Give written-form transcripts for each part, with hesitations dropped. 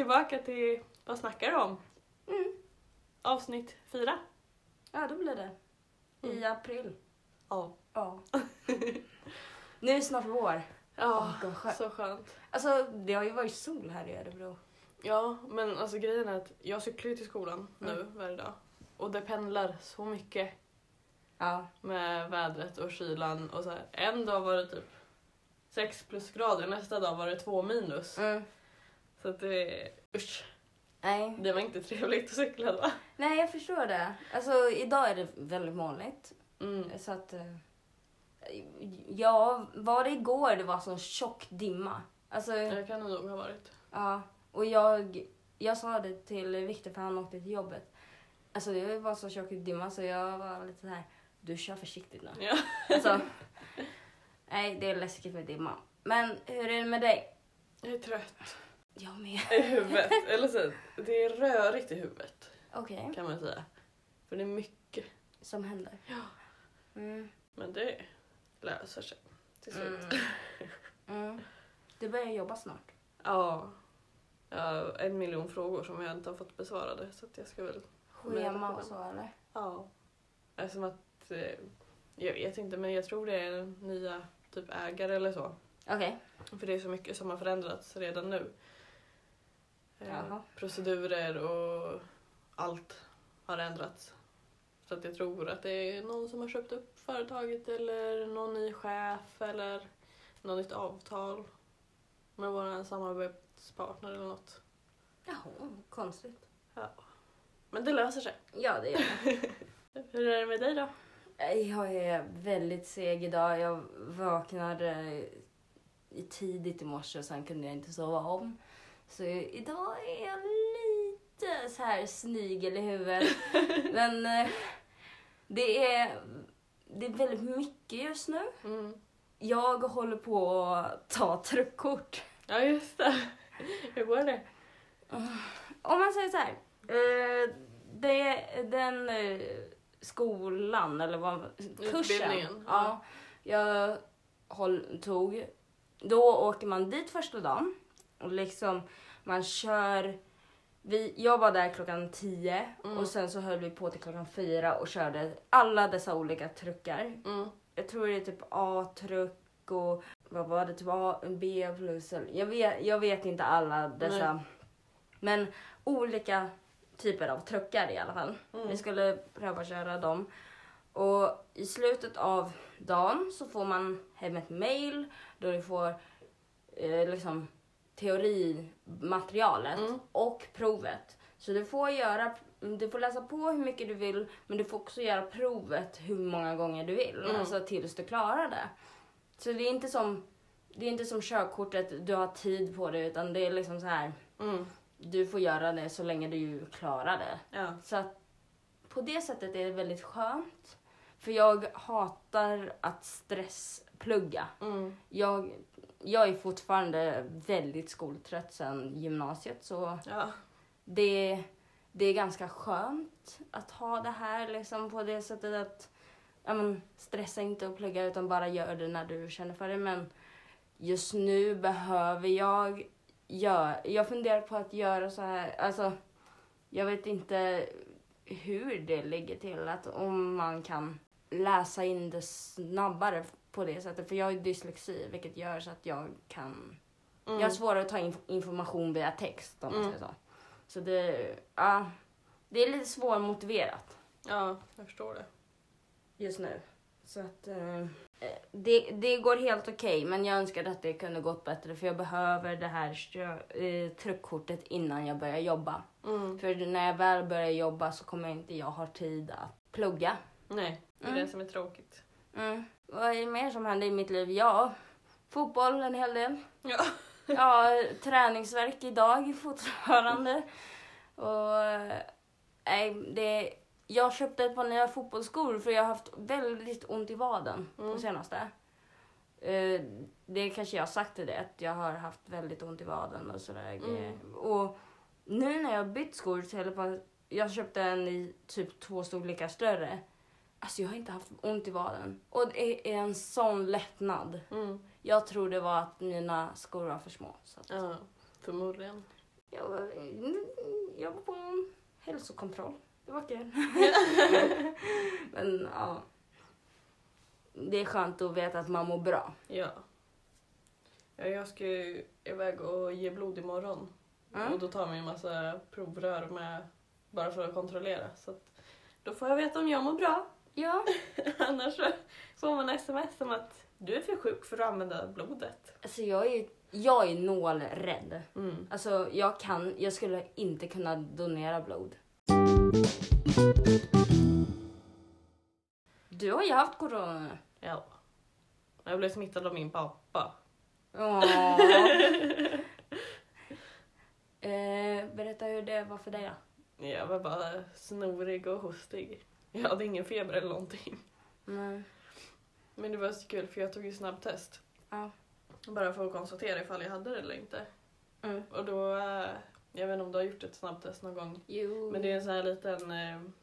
tillbaka till Vad snackar du om? Avsnitt 4. Ja, då blir det. I april. Ja. Ja. Nu är det snart vår. Ja, vad skönt. så skönt. Alltså, det har ju varit sol här i Örebro. Ja, men alltså grejen är att jag cyklar till skolan nu varje dag. Och det pendlar så mycket Ja. med vädret och kylan. Och så här, en dag var det typ 6 plusgrader, nästa dag var det 2 minus. Så att det, usch, Nej. det var inte trevligt att cykla då. Nej, jag förstår det. Alltså, idag är det väldigt molnigt. Så att... Ja, var det igår det var sån tjock dimma. Alltså, Det kan det nog ha varit. ja. Och jag sa det till Victor för han åkte till jobbet. Alltså det var så tjock dimma så jag var lite så här: du kör försiktigt nu. Ja. Alltså, nej, det är läskigt med dimma. Men hur är det med dig? Jag är trött Jag med. i huvudet. Eller så, det är rörigt i huvudet Okej. kan man säga. För det är mycket. Som händer. Ja. Men det löser sig till slut. Du börjar jobba snart. Ja. Jag har 1 miljon frågor som jag inte har fått besvarade. Så att jag ska väl... Schema och så eller? Ja. Som att... Jag vet inte, men jag tror det är nya typ ägare eller så. Okej. För det är så mycket som har förändrats redan nu. Jaha. Procedurer och allt har ändrats. Så att jag tror att det är någon som har köpt upp företaget eller någon ny chef eller något nytt avtal med vår samarbetspartner eller något. Jaha, konstigt. Ja. Men det löser sig. Ja, det gör det. Hur är det med dig då? Jag är väldigt seg idag. Jag vaknade tidigt i morse och sen kunde jag inte sova om. Så idag är jag lite så här snigel i huvudet. Men det är väldigt mycket just nu. Jag håller på att ta truckkort. Ja, just det. Hur går det? Om man säger så här. Den skolan eller vad kursen. Utbildningen. Ja. Jag tog. Då åker man dit första dagen. Och liksom man kör. Jag var där klockan 10. Och sen så höll vi på till klockan 4 och körde alla dessa olika truckar. Jag tror det är typ A-truck och vad var det? Typ A, B plus. Jag vet inte alla dessa. Nej. Men olika typer av truckar i alla fall. Vi skulle pröva köra dem. Och i slutet av dagen så får man hem ett mail då du får liksom teorimaterialet och provet. Så du får läsa på hur mycket du vill, men du får också göra provet hur många gånger du vill. Alltså tills du klarar det. Så det är inte som körkortet, du har tid på det, utan det är liksom så här. Du får göra det så länge du klarar det. Ja. Så att på det sättet är det väldigt skönt. För jag hatar att stressplugga. Jag är fortfarande väldigt skoltrött sedan gymnasiet. Så det är ganska skönt att ha det här liksom på det sättet att stressa inte och plugga utan bara gör det när du känner för det. Men just nu behöver jag funderar på att göra så här. Alltså, jag vet inte hur det ligger till. Att om man kan läsa in det snabbare på det sättet. För jag har dyslexi, vilket gör så att jag kan... Jag har svårare att ta information via text, om man säger så. Så det är lite svårmotiverat. Ja, jag förstår det. Just nu. Så att det går helt okej, men jag önskar att det kunde gått bättre. För jag behöver det här truckkortet innan jag börjar jobba. För när jag väl börjar jobba så kommer inte jag ha tid att plugga. Nej, det är det som är tråkigt. Vad är det mer som händer i mitt liv? Ja, fotboll en hel del. Ja. Ja, träningsverk idag fortfarande. Och jag köpte ett par nya fotbollsskor för jag har haft väldigt ont i vaden på senaste. Det kanske jag har sagt till det, att jag har haft väldigt ont i vaden och sådär. Och nu när jag har bytt skor till jag köpte en i typ 2 storlekar större. Alltså jag har inte haft ont i vaden. Och det är en sån lättnad. Jag tror det var att mina skor var för små. Så att... Ja, förmodligen. Jag var på en hälsokontroll. Det var kul. Men ja. Det är skönt att veta att man mår bra. Ja. Jag ska ju iväg och ge blod imorgon. Och då tar man en massa provrör med bara för att kontrollera. Så att då får jag veta om jag mår bra. Ja. Annars så får man sms om att du är för sjuk för att använda blodet. Alltså jag är nålrädd. Alltså jag skulle inte kunna donera blod. Du har ju haft corona. Ja. Jag blev smittad av min pappa. Berätta hur det var för dig då. Jag var bara snorig och hostig. Jag hade ingen feber eller någonting. Nej. Men det var så kul för jag tog ju snabbtest. Ja. Bara för att konstatera ifall jag hade det eller inte. Och då, jag vet inte om du har gjort ett snabbtest någon gång. Jo. Men det är en sån här liten,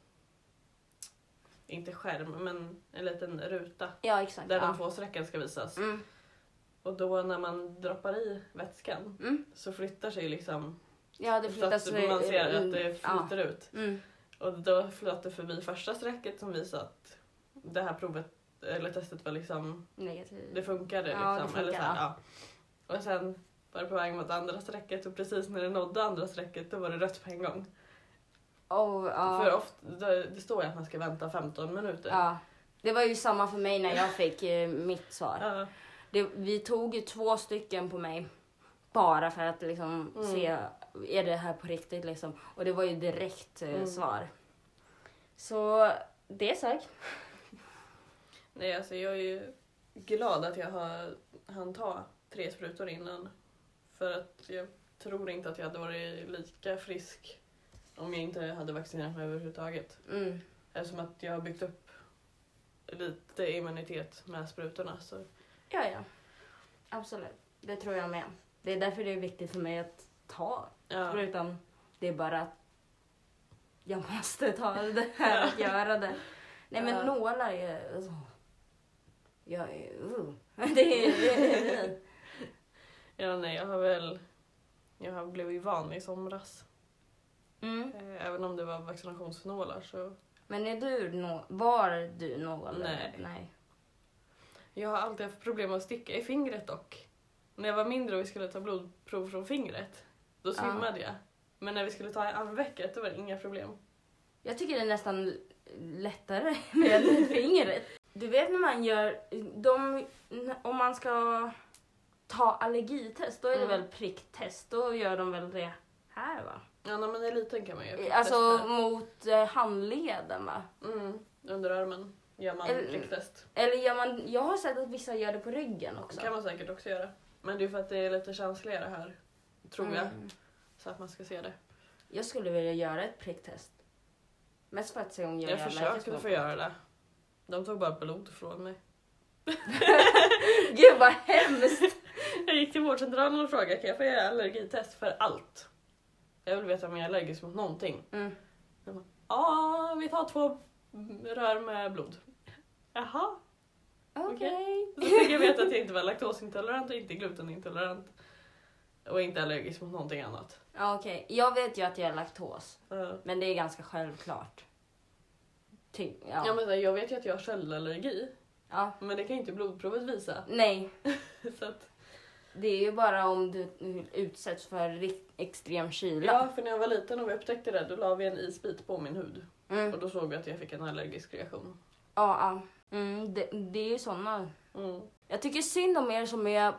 inte skärm, men en liten ruta. Ja, exakt. Där de 2 strecken ska visas. Och då när man droppar i vätskan så flyttar sig liksom. Ja, det flyttas. Så att man ser att det flyter ut. Mm. Och då flöt det förbi första strecket som visade att det här provet, eller testet var liksom Negativ. det funkade liksom. Ja, det funkar, eller så här, ja. Och sen var det på väg mot andra strecket och precis när det nådde andra strecket då var det rött på en gång. För ofta, det står ju att man ska vänta 15 minuter. Ja, det var ju samma för mig när jag fick mitt svar. Ja. Vi tog ju 2 stycken på mig. Bara för att liksom se, är det här på riktigt liksom. Och det var ju direkt svar. Så det är sagt. Nej, alltså jag är ju glad att jag hann ta 3 sprutor innan. För att jag tror inte att jag hade varit lika frisk om jag inte hade vaccinerat mig överhuvudtaget. Eftersom att jag har byggt upp lite immunitet med sprutorna. Så. Ja. Absolut. Det tror jag med. Det är därför det är viktigt för mig att ta sprutan. Det är bara att jag måste ta det här och göra det. Nej, men nålar är... Alltså, det är... Jag har blivit van i somras. Även om det var vaccinationsnålar så... Men var du nål? Nej. Jag har alltid haft problem att sticka i fingret dock. När jag var mindre och vi skulle ta blodprov från fingret, då svimmade jag. Men när vi skulle ta i armvecket, då var det inga problem. Jag tycker det är nästan lättare med fingret. Du vet när man gör... om man ska ta allergitest, då är det väl pricktest. Då gör de väl det här, va? Ja, när man är liten kan man göra pricktest. Alltså mot handleden, va? Under armen gör man pricktest. Eller jag har sett att vissa gör det på ryggen också. Det kan man säkert också göra. Men det är för att det är lite känsligare här, tror jag. Så att man ska se det. Jag skulle vilja göra ett pricktest. Mest för att se om jag försökte få göra det. De tog bara blod från mig. Gud vad hemskt. Jag gick till vårdcentralen och frågade, kan jag få göra allergitest för allt? Jag vill veta om jag är allergisk mot någonting. Ja, vi tar 2 rör med blod. Jaha. Okej. Så fick jag veta att jag inte var laktosintolerant och inte glutenintolerant. Och inte allergisk mot någonting annat. Okej. Jag vet ju att jag är laktos. Men det är ganska självklart. Ja, men jag vet ju att jag har köldallergi. Ja. Men det kan inte blodprovet visa. Nej. Så att... Det är ju bara om du utsätts för extrem kyla. Ja, för när jag var liten och vi upptäckte det, då la vi en isbit på min hud. Och då såg vi att jag fick en allergisk reaktion. Ja. Det är ju såna. Jag tycker synd om er som är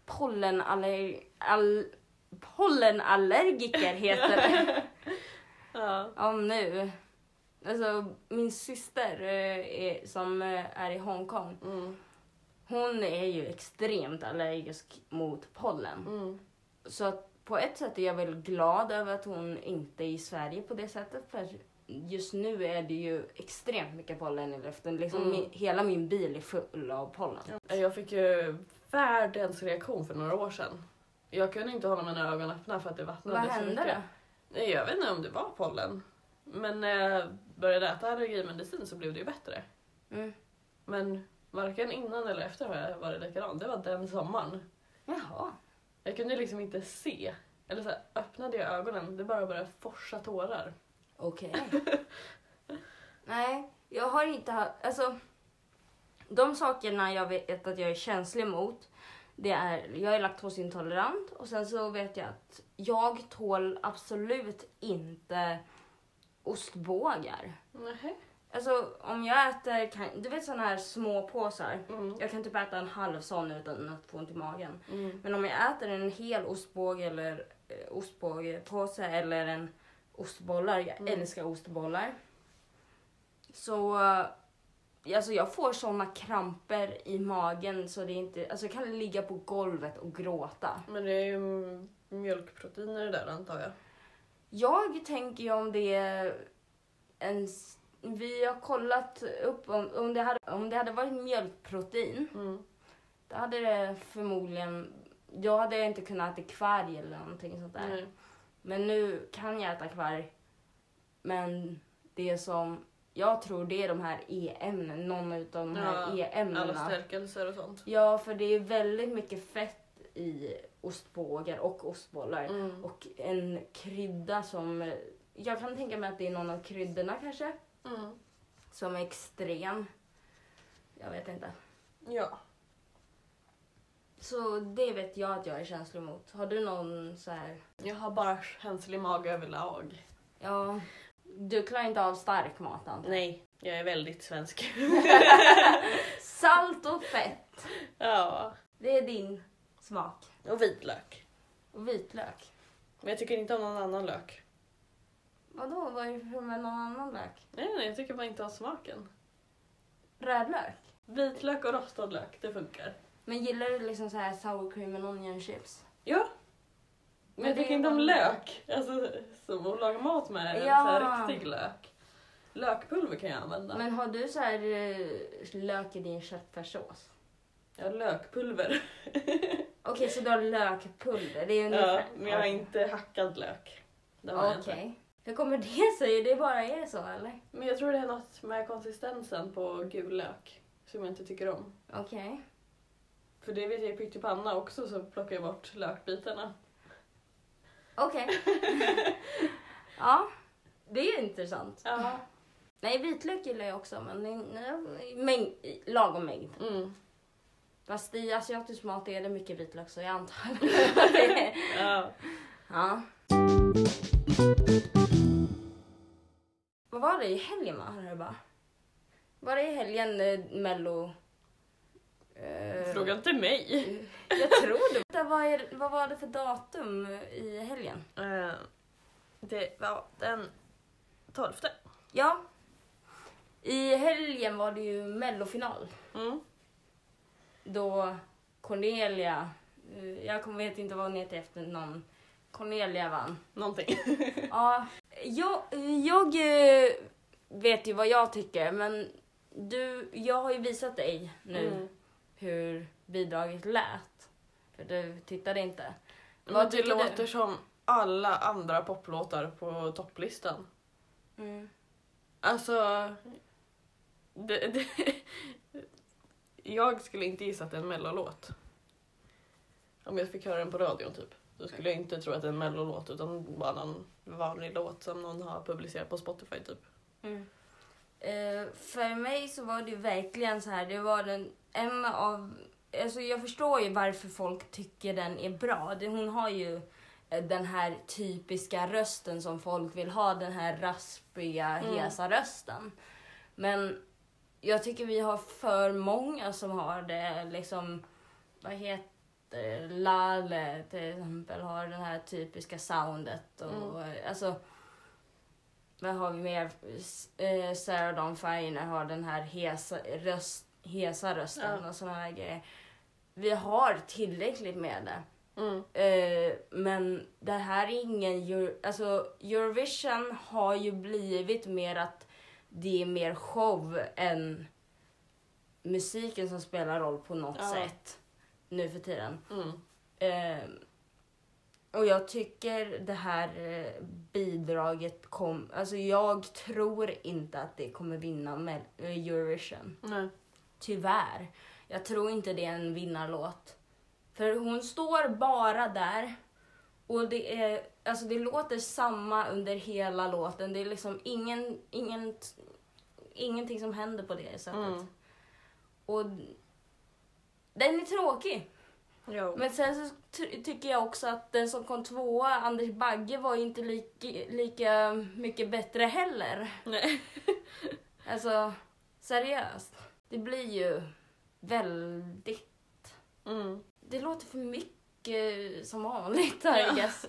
pollenallergiker heter det. Ja, nu. Alltså min syster som är i Hongkong. Hon är ju extremt allergisk mot pollen. Så att på ett sätt är jag väl glad över att hon inte är i Sverige på det sättet. För just nu är det ju extremt mycket pollen i luften. Liksom hela min bil är full av pollen. Jag fick ju världens reaktion för några år sedan. Jag kunde inte hålla mina ögon öppna för att det vattnade. Vad hände då? Jag vet inte om det var pollen. Men när jag började äta allergimedicin så blev det ju bättre. Men varken innan eller efter var det likadant. Det var den sommaren. Jaha. Jag kunde liksom inte se Eller så här, öppnade jag ögonen, det bara började forsa tårar. Okej. Nej, jag har inte haft... Alltså, de sakerna jag vet att jag är känslig mot, det är... Jag är laktosintolerant och sen så vet jag att jag tål absolut inte ostbågar. Nej. Alltså om jag äter, du vet sådana här små påsar. Jag kan typ äta en halv sån utan att få ont i magen. Men om jag äter en hel ostbåge eller ostbågepåse eller en ostbollar, jag älskar ostbollar. Så alltså jag får såna kramper i magen så det är inte, alltså jag kan ligga på golvet och gråta. Men det är ju mjölkproteiner där antar jag. Jag tänker ju om det är vi har kollat upp om det hade varit mjölkprotein. Då hade det förmodligen... Jag hade inte kunnat äta kvarg eller någonting sånt där. Nej. Men nu kan jag äta kvarg. Men det som... Jag tror det är de här E-ämnen. Någon av de här E-ämnena. Alla stärkelser och sånt. Ja, för det är väldigt mycket fett i ostbågar och ostbollar. Och en krydda som... Jag kan tänka mig att det är någon av kryddorna kanske. Som är extrem. Jag vet inte. Ja. Så det vet jag att jag är känslig mot. Har du någon så här... Jag har bara känslig mage överlag. Ja, du klarar inte av stark mat antar jag. Nej, jag är väldigt svensk. Salt och fett. Ja. Det är din smak. Och vitlök. Och vitlök. Men jag tycker inte om någon annan lök. Vadå? Vad är det för med någon annan lök? Nej, jag tycker bara inte om smaken. Rödlök? Vitlök och rostad lök, det funkar. Men gillar du liksom så här sour cream and onion chips? Ja. Men jag det tycker är inte om bara- lök. Alltså, som att laga mat med en Ja. så här riktig lök. Lökpulver kan jag använda. Men har du så här lök i din köttfärssås? Ja, lökpulver. Okej, så du har lökpulver? Det är Ja, ungefär... men jag har inte hackad lök. Det har jag inte. Okej. Hur kommer det sig? Det bara är så, eller? Men jag tror det är något med konsistensen på gul lök som jag inte tycker om. Okej. För det vet jag i pyttipanna också, så plockar jag bort lökbitarna. Okej. Ja, det är intressant. Ja. Nej, vitlök gillar jag också, men lagom mängd. Fast i asiatisk mat är det mycket vitlök, så jag antar det. Ja. Ja. Vad var det i helgen, va? Var det i helgen Mello? Fråga inte mig. Jag tror det. Vad var det för datum i helgen? Det var den 12. Ja. I helgen var det ju Mellofinal. Då Cornelia, jag vet inte vad hon heter efter någon, Cornelia vann. Någonting. Ja, jag vet ju vad jag tycker, men jag har ju visat dig nu hur bidraget lät. För du tittade inte. Men det låter som alla andra poplåtar på topplistan. Alltså... jag skulle inte gissa att det är en mellolåt. Om jag fick höra den på radion typ. Då skulle jag inte tro att det är en mellolåt, utan bara någon vanlig låt som någon har publicerat på Spotify typ. För mig så var det verkligen så här, det var en av... Alltså jag förstår ju varför folk tycker den är bra. Hon har ju den här typiska rösten som folk vill ha, den här raspiga, hesa rösten. Men jag tycker vi har för många som har det, liksom, vad heter Lale till exempel, har den här typiska soundet. Och, alltså, vad har vi mer? Sarah Dawn Finer har den här hesa rösten och sådana här grejer. Vi har tillräckligt med det. Men det här är ingen... Alltså, Eurovision har ju blivit mer att det är mer show än musiken som spelar roll på något sätt nu för tiden. Och jag tycker det här bidraget alltså jag tror inte att det kommer vinna med Eurovision. Nej. Tyvärr. Jag tror inte det är en vinnarlåt. För hon står bara där Och det är, alltså det låter samma under hela låten. Det är liksom ingenting som händer på det sättet. Och den är tråkig. Jo. Men sen så tycker jag också att den som kom tvåa, Anders Bagge, var inte lika mycket bättre heller. Nej. Alltså, seriöst. Det blir ju väldigt... Det låter för mycket som vanligt, I guess.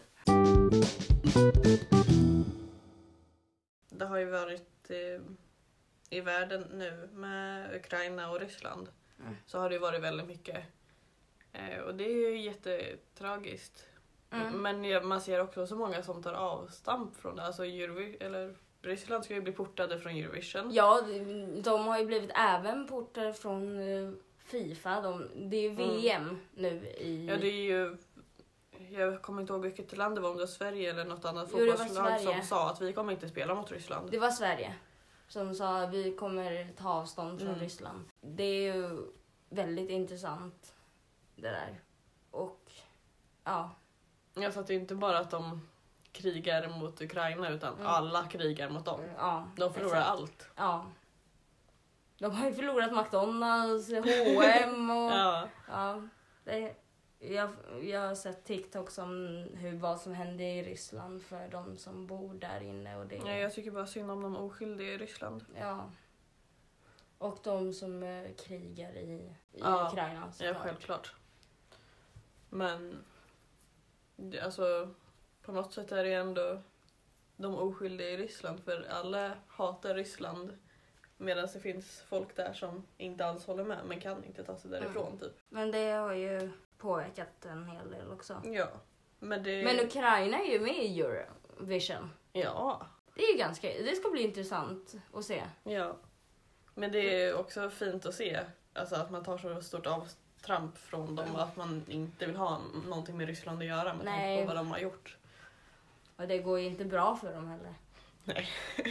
Det har ju varit i världen nu med Ukraina och Ryssland. Så har det ju varit väldigt mycket. Och det är ju jättetragiskt. Men man ser också så många som tar avstamp från det. Alltså Ryssland ska ju bli portade från Eurovision. Ja, de har ju blivit även portade från FIFA. Det är ju VM nu i... Ja, det är ju... Jag kommer inte ihåg vilket land det var, om det var Sverige eller något annat fotbollslag som sa att vi kommer inte spela mot Ryssland. Det var Sverige som sa att vi kommer ta avstånd från Ryssland. Det är ju väldigt intressant det där. Och ja. Jag sa att det är inte bara att de krigar mot Ukraina utan alla krigar mot dem. Ja, de förlorar allt. Ja. De har ju förlorat McDonalds, H&M och... ja. Jag har sett TikTok om vad som händer i Ryssland för de som bor där inne. Och det... Ja, jag tycker bara synd om de oskyldiga i Ryssland. Ja. Och de som krigar i Ukraina. Ja, självklart. Men alltså på något sätt är det ändå de oskyldiga i Ryssland. För alla hatar Ryssland. Medan det finns folk där som inte alls håller med men kan inte ta sig därifrån typ. Men det har ju påverkat en hel del också. Ja. Men Ukraina är ju med i Eurovision. Ja. Det ska bli intressant att se. Ja. Men det är också fint att se alltså att man tar så stort avtramp från dem och att man inte vill ha någonting med Ryssland att göra med tanke på vad de har gjort. Och det går ju inte bra för dem heller. Nej.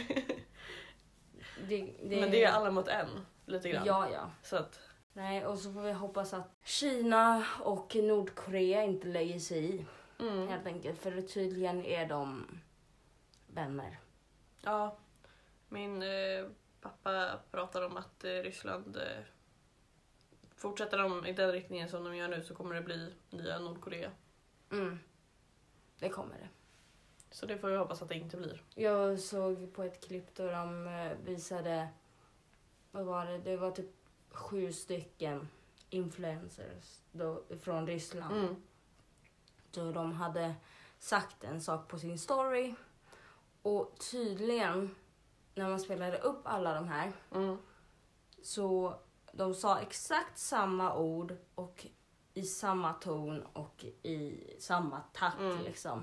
Men det är alla mot en, lite grann. Ja. Så att... Nej, och så får vi hoppas att Kina och Nordkorea inte lägger sig i. Helt enkelt, för tydligen är de vänner. Ja, min pappa pratar om att Ryssland fortsätter de i den riktningen som de gör nu så kommer det bli nya Nordkorea. Det kommer det. Så det får vi hoppas att det inte blir. Jag såg på ett klipp då de visade, vad var det? Det var typ 7 stycken influencers då, från Ryssland. Så de hade sagt en sak på sin story. Och tydligen, när man spelade upp alla de här, så de sa exakt samma ord och i samma ton och i samma takt liksom.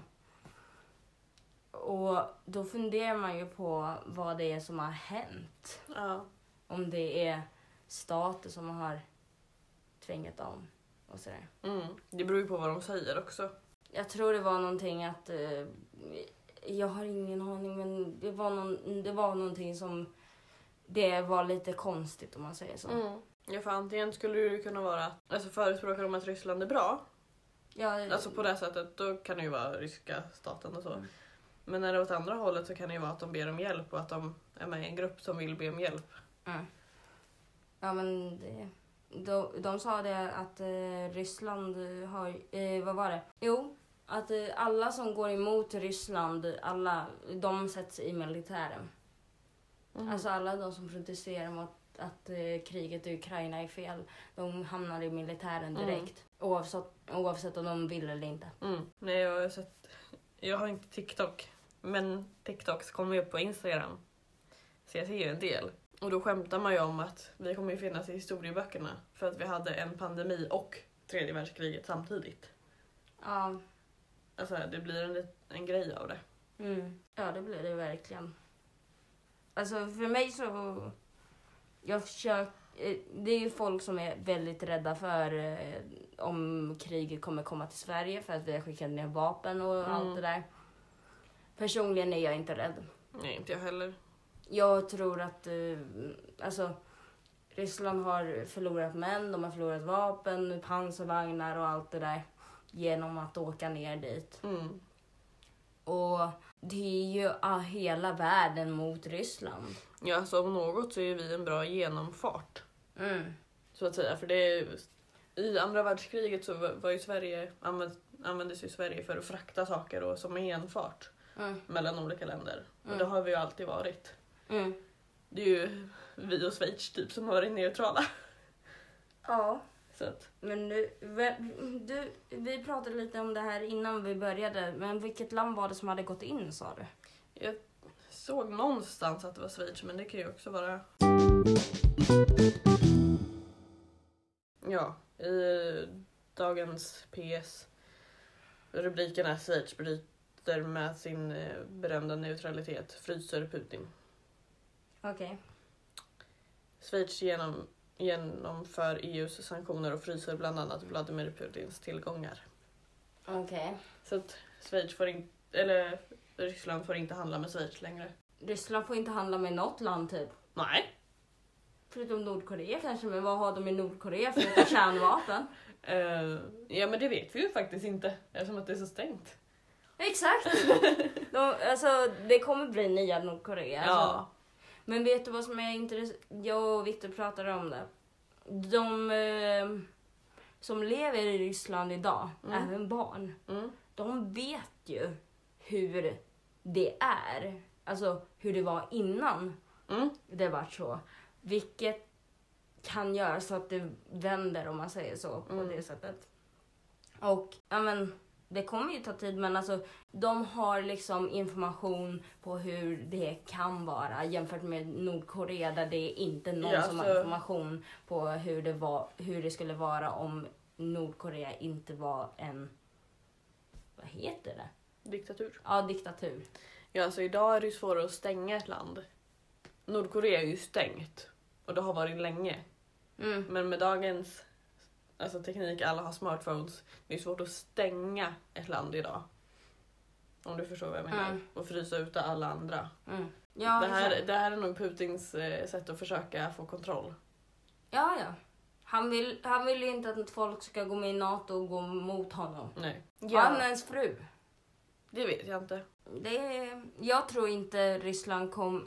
Och då funderar man ju på vad det är som har hänt. Ja. Om det är stater som har tvingat dem och sådär. Det beror ju på vad de säger också. Jag tror det var någonting att... jag har ingen aning, men det var någonting som... Det var lite konstigt om man säger så. Ja, för antingen skulle det ju kunna vara... Alltså förespråkar de att Ryssland är bra. Ja, alltså på det sättet, då kan det ju vara ryska staten och så. Men när det är åt andra hållet så kan det ju vara att de ber om hjälp och att de är med i en grupp som vill be om hjälp. Ja, men de sa det att Ryssland har... vad var det? Jo, att alla som går emot Ryssland, de sätts i militären. Alltså alla de som protesterar mot att kriget i Ukraina är fel, de hamnar i militären direkt. Oavsett om de vill eller inte. Nej, jag har inte TikTok. Men TikToks kommer ju upp på Instagram. Så jag ser ju en del. Och då skämtar man ju om att vi kommer ju finnas i historieböckerna. För att vi hade en pandemi och 3:e världskriget samtidigt. Ja. Alltså det blir en grej av det. Ja, det blir det verkligen. Alltså för mig så... det är ju folk som är väldigt rädda för om kriget kommer komma till Sverige. För att vi har skickat ner vapen och allt det där. Personligen är jag inte rädd. Nej, inte jag heller. Jag tror att Ryssland har förlorat män, de har förlorat vapen, pansarvagnar och allt det där. genom att åka ner dit. Mm. Och det är ju hela världen mot Ryssland. Ja, så om något så är vi en bra genomfart. Mm. Så att säga, för det är, i andra världskriget så var ju användes ju Sverige för att frakta saker och som enfart mellan olika länder. Och det har vi ju alltid varit. Mm. Det är ju vi och Schweiz typ som har varit neutrala. Ja. Så att, Men vi pratade lite om det här innan vi började. Men vilket land var det som hade gått in, sa du? jag såg någonstans att det var Schweiz, men det kan ju också vara... Ja, i dagens PS rubriken är Schweiz bryter med sin berömda neutralitet, fryser Putin. Okej. Schweiz genomför EUs sanktioner och fryser bland annat Vladimir Putins tillgångar. Okej. Så att Ryssland får inte handla med Schweiz längre. Ryssland får inte handla med något land typ. Nej. Förutom Nordkorea kanske, men vad har de i Nordkorea förutom kärnvapen? Ja, men det vet vi ju faktiskt inte eftersom att det är så stängt. Exakt! Det kommer bli nya Nordkorea. Ja. Alltså. Men vet du vad som är intressant? Jag och Victor pratade om det. De som lever i Ryssland idag, även barn, de vet ju hur det är. Alltså hur det var innan det var så. Vilket kan göra så att det vänder, om man säger så, på det sättet. Och det kommer ju ta tid, men alltså de har liksom information på hur det kan vara jämfört med Nordkorea, där det är inte någon som har information på hur det skulle vara om Nordkorea inte var en, vad heter det? Diktatur. Ja, diktatur. Ja, alltså idag är det ju svårare att stänga ett land. Nordkorea är ju stängt och det har varit länge. Men med dagens teknik, alla har smartphones, det är svårt att stänga ett land idag. Om du förstår vad jag menar. Och frysa ut alla andra. Ja, det här är nog Putins sätt att försöka få kontroll. Ja. Han vill ju inte att folk ska gå med i NATO och gå mot honom. Nej. Ja. Han är ens fru. Det vet jag inte. Jag tror inte Ryssland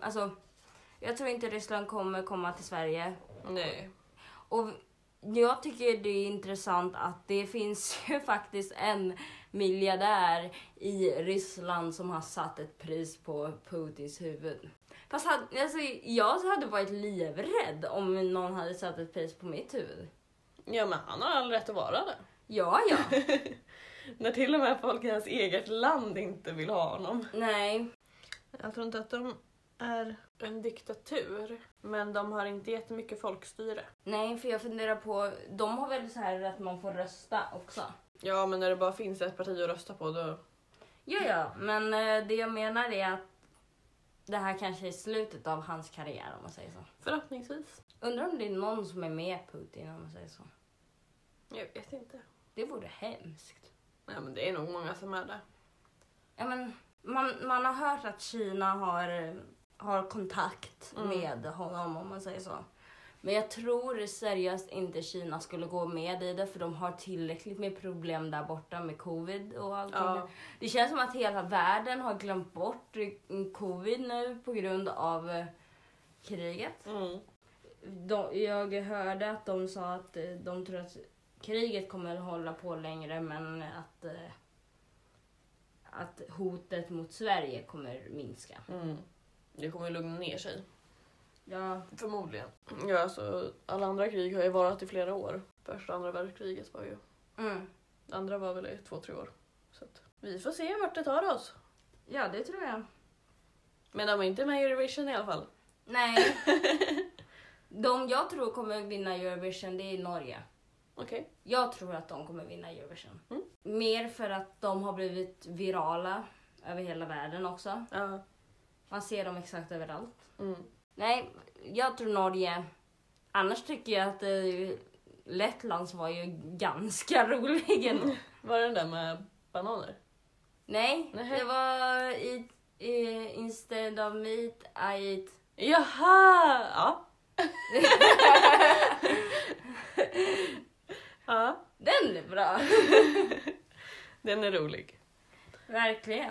kommer komma till Sverige. Nej. Och jag tycker det är intressant att det finns ju faktiskt en miljardär i Ryssland som har satt ett pris på Putins huvud. Fast jag hade varit livrädd om någon hade satt ett pris på mitt huvud. Ja, men han har all rätt att vara det. Ja. När till och med folk i hans eget land inte vill ha honom. Nej. Jag tror inte att de är en diktatur, men de har inte jättemycket folkstyre. Nej, för jag funderar på, de har väl så här att man får rösta också. Ja, men när det bara finns ett parti att rösta på då... Ja, men det jag menar är att det här kanske är slutet av hans karriär, om man säger så. Förhoppningsvis. Undrar om det är någon som är med Putin, om man säger så. Jag vet inte. Det vore hemskt. Ja, men det är nog många som är det. Ja, men man har hört att Kina har kontakt med honom, om man säger så. Men jag tror seriöst inte Kina skulle gå med i det, för de har tillräckligt med problem där borta med covid och allt. Ja. Det känns som att hela världen har glömt bort covid nu på grund av kriget. Jag hörde att de sa att de tror att kriget kommer att hålla på längre, men att hotet mot Sverige kommer minska. Det kommer lugna ner sig. Ja. Förmodligen. Ja, alltså alla andra krig har ju varit i flera år. Första och andra världskriget var ju... Det andra var väl i 2-3 år. Så att vi får se vart det tar oss. Ja, det tror jag. Men de är inte med i Eurovision i alla fall. Nej. De jag tror kommer vinna Eurovision, det är Norge. Okej. Jag tror att de kommer vinna Eurovision. Mer för att de har blivit virala över hela världen också. Ja. Man ser dem exakt överallt. Nej, jag tror Norge. Annars tycker jag att Lettlands var ju ganska rolig. Var det den där med bananer? Nej, det var instead of meat, I eat. Jaha! Ja. Ja. Den är bra. Den är rolig. Verkligen.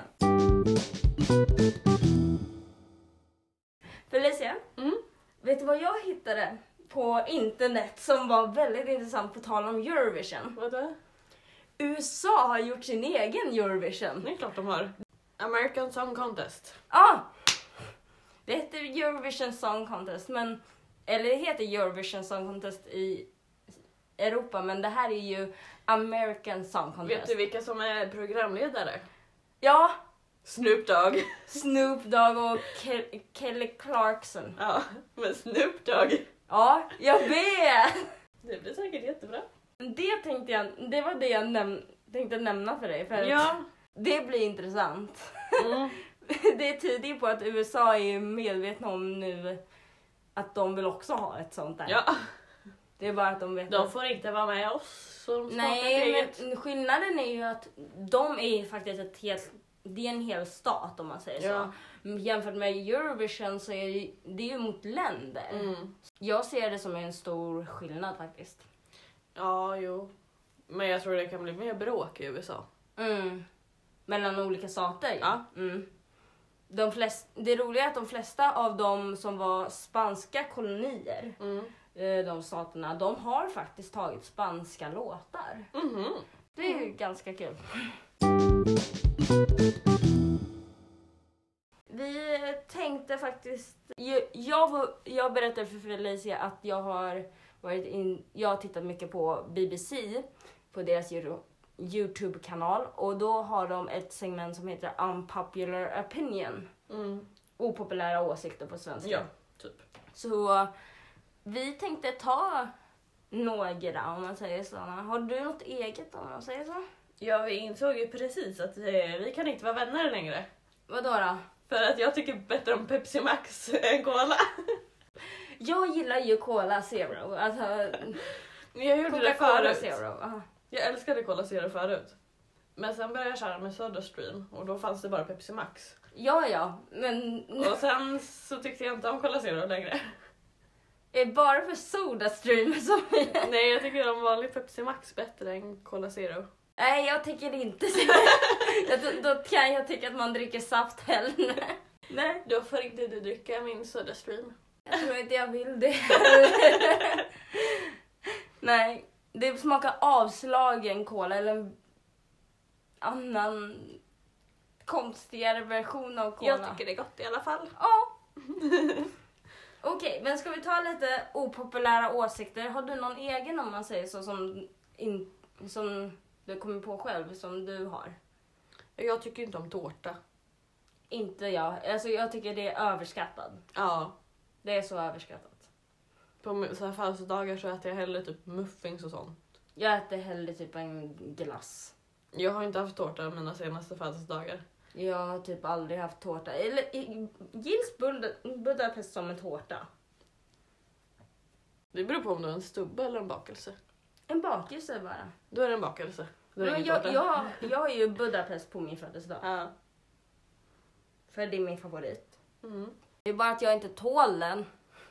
Felicia, vet du vad jag hittade på internet som var väldigt intressant på tal om Eurovision? Vadå? USA har gjort sin egen Eurovision. Det är klart de har. American Song Contest. Ja! Det heter Eurovision Song Contest, men... Eller det heter Eurovision Song Contest i Europa, men det här är ju American Song Contest. Vet du vilka som är programledare? Ja! Snoop Dogg. Snoop Dogg och Kelly Clarkson. Ja, men Snoop Dogg. Ja, jag vet! Det blir säkert jättebra. Det var det jag tänkte nämna för dig. För Ja. det blir intressant. Det tyder ju på att USA är medvetna om nu att de vill också ha ett sånt där. Ja. Det är bara att de vet. De får inte vara med oss. Så de Nej, men skillnaden är ju att de är faktiskt det är en hel stat om man säger så. Jämfört med Eurovision så är det ju mot länder. Jag ser det som en stor skillnad faktiskt. Ja, jo. Men jag tror det kan bli mer bråk i USA. Mellan olika stater. Ja. Det roliga är att de flesta av dem som var spanska kolonier, de staterna, de har faktiskt tagit spanska låtar. Det är ganska kul. Vi tänkte faktiskt... Jag berättade för Felicia att jag har tittat mycket på BBC, på deras YouTube-kanal, och då har de ett segment som heter Unpopular Opinion. Opopulära åsikter på svenska. Ja, typ. Så vi tänkte ta några, om man säger så. Har du något eget om man säger så? Ja, vi insåg ju precis att vi kan inte vara vänner längre. Vadå då? För att jag tycker bättre om Pepsi Max än Cola. Jag gillar ju Cola Zero. Alltså, jag gjorde det Coca-Cola förut. Zero. Aha. Jag älskade Cola Zero förut. Men sen började jag köra med SodaStream och då fanns det bara Pepsi Max. Ja, men... Och sen så tyckte jag inte om Cola Zero längre. Är det bara för SodaStream som... Nej, jag tycker om vanlig Pepsi Max bättre än Cola Zero. Nej, jag tycker inte så. Då kan jag tycka att man dricker saft hellre. Nej, då får inte du dricka min SodaStream. Jag tror inte jag vill det. Nej, det smakar avslagen cola eller en annan konstigare version av cola. Jag tycker det är gott i alla fall. Ja. Okej, men ska vi ta lite opopulära åsikter? Har du någon egen, om man säger så, som du kommer på själv, som du har? Jag tycker inte om tårta. Inte jag. Alltså jag tycker det är överskattat. Ja. Det är så överskattat. På så här födelsedagar så äter jag hellre typ muffins och sånt. Jag äter hellre typ en glass. Jag har inte haft tårta mina senaste födelsedagar. Jag har typ aldrig haft tårta. Gills Budapest som en tårta? Det beror på om du har en stubbe eller en bakelse. En bakelse bara. Då är det en bakelse. Då är det ingen tårta. Jag har ju Budapest på min födelsedag. Ja. För det är min favorit. Det är bara att jag inte tål den.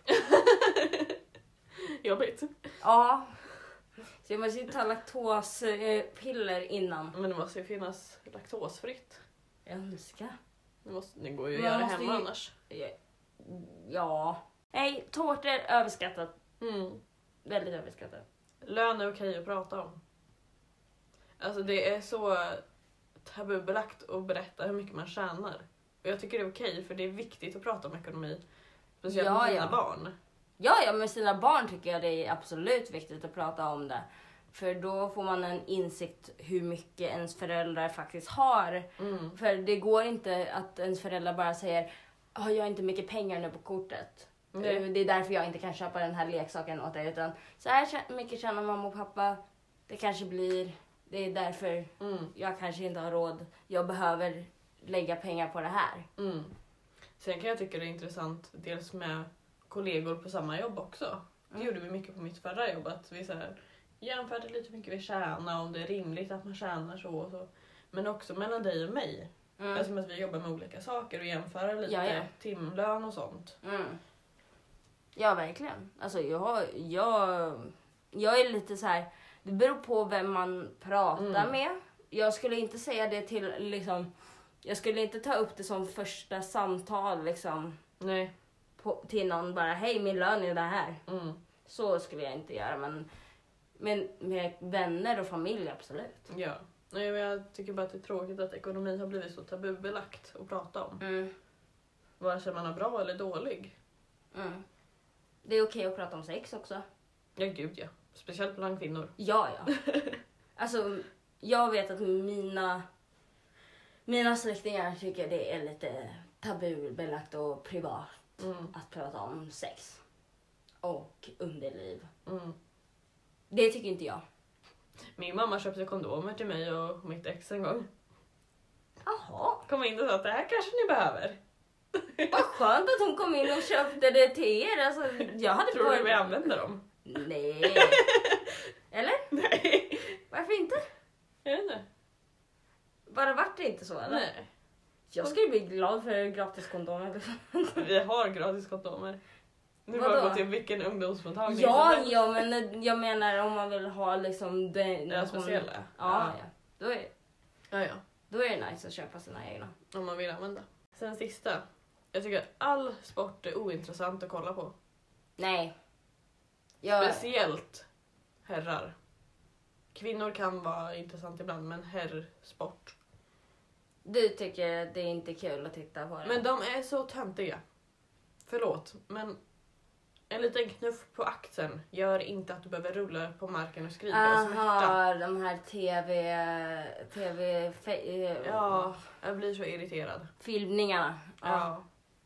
Jobbigt. Ja. Så jag måste ju ta laktospiller innan. Men det måste ju finnas laktosfritt. Jag önskar. Det går ju att göra hemma annars. Ja. Nej, tårtor är överskattat. Väldigt överskattat. Lön är okej att prata om. Alltså det är så tabubelagt att berätta hur mycket man tjänar. Och jag tycker det är okej, för det är viktigt att prata om ekonomi. Speciellt med sina barn. Ja, med sina barn tycker jag det är absolut viktigt att prata om det. För då får man en insikt hur mycket ens föräldrar faktiskt har. För det går inte att ens föräldrar bara säger jag har inte mycket pengar nu på kortet. Det är därför jag inte kan köpa den här leksaken åt dig. Utan så här mycket tjänar mamma och pappa. Det kanske blir... Det är därför jag kanske inte har råd. Jag behöver lägga pengar på det här. Sen kan jag tycka det är intressant dels med kollegor på samma jobb också. Det gjorde vi mycket på mitt förra jobb. Att vi så här jämförde lite hur mycket vi tjänar. Om det är rimligt att man tjänar så och så. Men också mellan dig och mig. Alltså att vi jobbar med olika saker och jämföra lite timlön och sånt. Ja, verkligen. Alltså jag är lite så här. Det beror på vem man pratar med. jag skulle inte säga det till liksom, jag skulle inte ta upp det som första samtal liksom. Nej. Till någon bara, hej min lön är det här. Så skulle jag inte göra, men med vänner och familj absolut. Ja. Nej, men jag tycker bara att det är tråkigt att ekonomi har blivit så tabubelagt att prata om. Vare sig man är bra eller dålig. Det är okej att prata om sex också. Ja, gud ja. Speciellt bland kvinnor. Ja. Alltså, jag vet att mina släktingar tycker det är lite tabubelagt och privat att prata om sex. Och underliv. Det tycker inte jag. Min mamma köpte kondomer till mig och mitt ex en gång. Jaha. Kom in och sa att det här kanske ni behöver. Vad skönt att hon kom in och köpte det till er. Alltså, jag hade Tror du vi använder dem? Nej. Eller? Nej. Varför inte? Jag vet inte. Bara vart det inte så, eller? Nej. Jag skulle bli glad för gratis kondomer. Vi har gratis kondomer. Nu Vadå? bara gå till vilken ungdomsmottagning. Ja, men jag menar om man vill ha liksom Ja, speciella. Ja. Då är Ja. då är det nice att köpa sina egna. Om man vill använda. Sen sista. Jag tycker att all sport är ointressant att kolla på. Nej. Speciellt herrar. Kvinnor kan vara intressant ibland, men herrsport. Du tycker det är inte kul att titta på det. Men de är så töntiga. Förlåt, men en liten knuff på axeln gör inte att du behöver rulla på marken och skrika och smärta. De här Ja, jag blir så irriterad. filmningarna. Ja.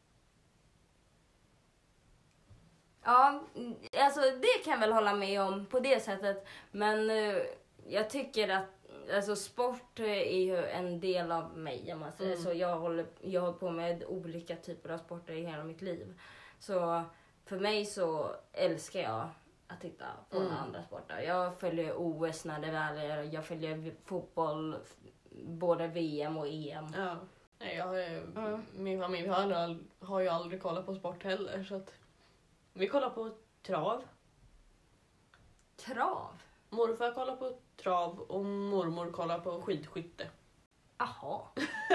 Ja, alltså det kan jag väl hålla med om på det sättet. Men jag tycker att alltså, sport är ju en del av mig. Om man säger. Så jag håller på med olika typer av sporter i hela mitt liv. Så för mig så älskar jag att titta på andra sporter. Jag följer OS när det väl är. Jag följer fotboll, både VM och EM. Ja. Nej, min familj har ju aldrig kollat på sport heller. Så att vi kollar på trav. Trav? Morfar kollar på trav och mormor kollar på skidskytte. Aha.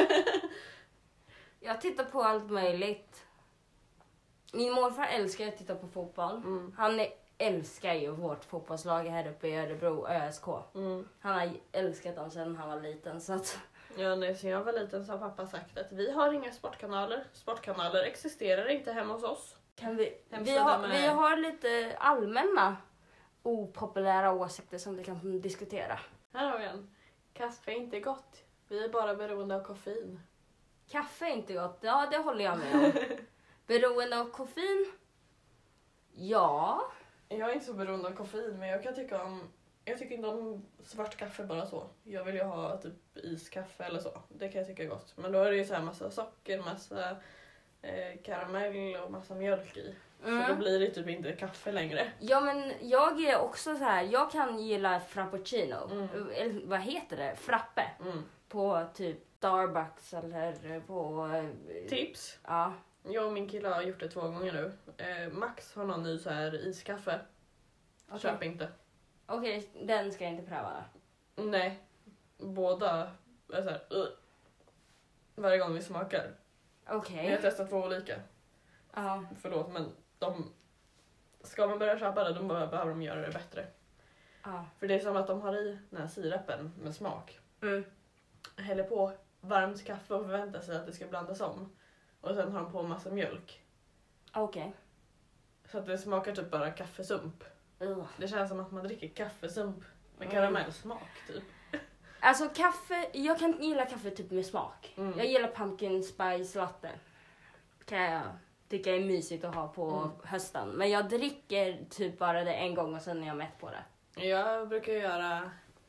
Jag tittar på allt möjligt. Min morfar älskar att titta på fotboll. Han älskar ju vårt fotbollslag här uppe i Örebro, ÖSK. Han har älskat dem sedan han var liten. Så att... Ja, när jag var liten så har pappa sagt att vi har inga sportkanaler. Sportkanaler existerar inte hemma hos oss. Vi har lite allmänna opopulära åsikter som vi kan diskutera. Här har vi en. Kaffe är inte gott. Vi är bara beroende av koffein. Kaffe är inte gott. Ja, det håller jag med om. Beroende av koffein? Ja. Jag är inte så beroende av koffein, men jag tycker inte om svart kaffe bara så. Jag vill ju ha typ iskaffe eller så. Det kan jag tycka är gott. Men då är det ju så här massa socker, massa karamell och massa mjölk i. Så då blir det typ inte kaffe längre. Ja, men jag är också så här. Jag kan gilla frappuccino. Eller vad heter det? Frappe. På typ Starbucks eller på... Tips. Ja. Jag och min kille har gjort det 2 gånger nu. Max har någon ny så här iskaffe. Okay. Köp inte. Okej, den ska jag inte pröva. Nej. Båda är så här, varje gång vi smakar. Okej. Vi har testat 2 olika. Ja. Förlåt, men ska man börja köpa det, då behöver de göra det bättre. Ja. För det är som att de har i den här sirapen med smak. Häller på varmt kaffe och förväntar sig att det ska blandas om. Och sen har de på massa mjölk. Okej. Så att det smakar typ bara kaffesump. Det känns som att man dricker kaffesump med karamellsmak typ. Alltså kaffe, jag kan gilla kaffe typ med smak. Jag gillar pumpkin spice latte. Kan jag tycka är mysigt att ha på hösten. Men jag dricker typ bara det en gång och sen är jag mätt på det. Jag brukar göra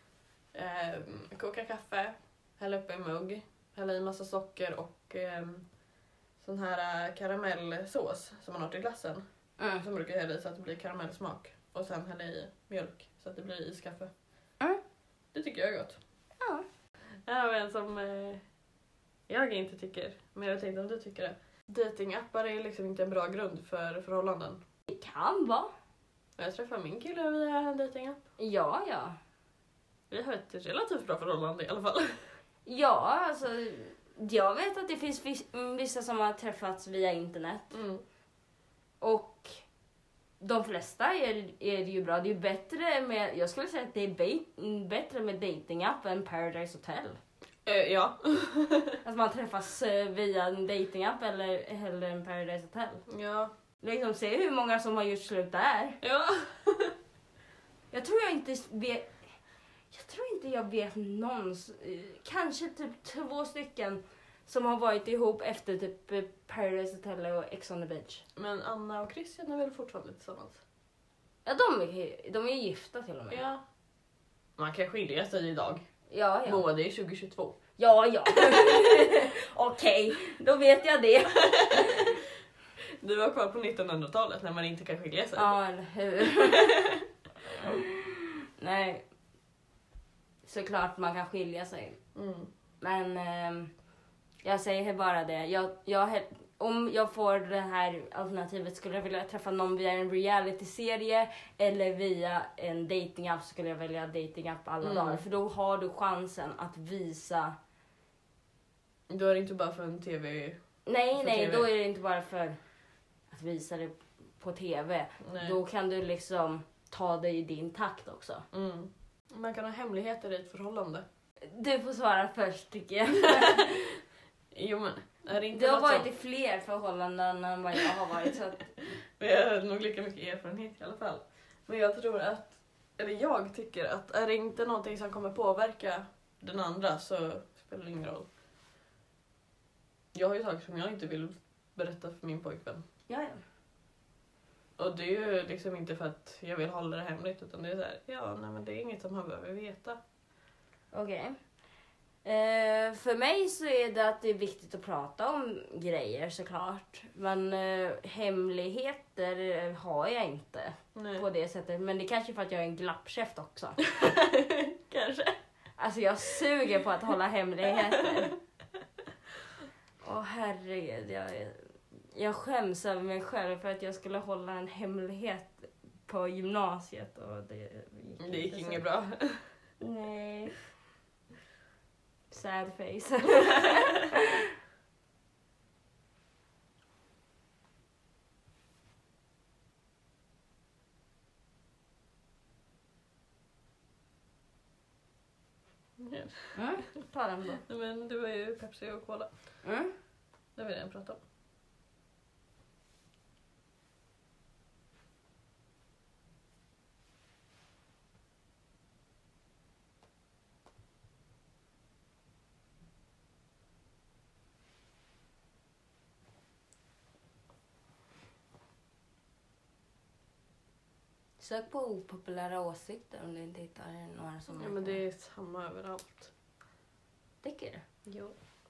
koka kaffe, hälla upp i en mugg, hälla i massa socker och sån här karamellsås som man har till glassen. Som brukar hälla i så att det blir karamellsmak. Och sen hälla i mjölk så att det blir iskaffe. Det tycker jag är gott. Ja. Här har vi en som jag inte tycker, men jag tänkte om du tycker det. Datingappar är liksom inte en bra grund för förhållanden. Det kan vara. Jag träffade min kille via en datingapp. Ja. Vi har ett relativt bra förhållande i alla fall. Ja, alltså jag vet att det finns vissa som har träffats via internet. Och de flesta är det ju bra. Det är ju bättre med, jag skulle säga att det är bättre med datingapp än Paradise Hotel. Ja. Att man träffas via en datingapp eller hellre en Paradise Hotel. Ja. Liksom se hur många som har gjort slut där. Ja. Jag tror inte jag vet någon, kanske typ 2 stycken som har varit ihop efter typ Paradise Hotel och Ex on the Beach. Men Anna och Christian är väl fortfarande tillsammans? Ja, de är gifta till och med. Ja. Man kan skilja sig idag. Ja. Båda är 2022. Ja. Okej, då vet jag det. Du var kvar på 1900-talet när man inte kan skilja sig. Ja, eller hur? Nej. Såklart man kan skilja sig. Men jag säger bara det. Om jag får det här alternativet skulle jag vilja träffa någon via en reality-serie eller via en datingapp, så skulle jag välja datingapp alla dagar. För då har du chansen att visa... Då är det inte bara för en TV... Nej, då är det inte bara för att visa det på TV. Nej. Då kan du liksom ta det i din takt också. Man kan ha hemligheter i ett förhållande. Du får svara först, tycker jag. Jo, men är det inte Du har något varit i fler förhållanden än vad jag har varit. Så att... Vi har nog lika mycket erfarenhet i alla fall. Men jag tror att, eller jag tycker att är det inte någonting som kommer påverka den andra så spelar det ingen roll. Jag har ju saker som jag inte vill berätta för min pojkvän. Ja. Och det är ju liksom inte för att jag vill hålla det hemligt, utan det är så här, men det är inget som han behöver veta. Okej. För mig så är det att det är viktigt att prata om grejer, såklart. Men hemligheter har jag inte. Nej. På det sättet. Men det är kanske för att jag är en glappkäft också. Kanske. Alltså jag suger på att hålla hemligheter. Åh herregud, jag skäms över mig själv för att jag skulle hålla en hemlighet på gymnasiet. Och det gick inget bra. Nej. Sad face. Ta den då. Men det var ju Pepsi och Cola. Det var det jag pratade om. Sök på opopulära åsikter om du inte hittar några som... Ja, men det är samma överallt. Tycker du? Jo.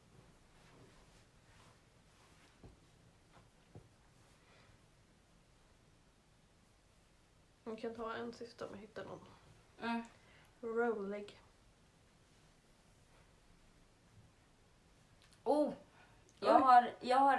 Vi kan ta en sista om jag hittar någon. Rolig. Jag har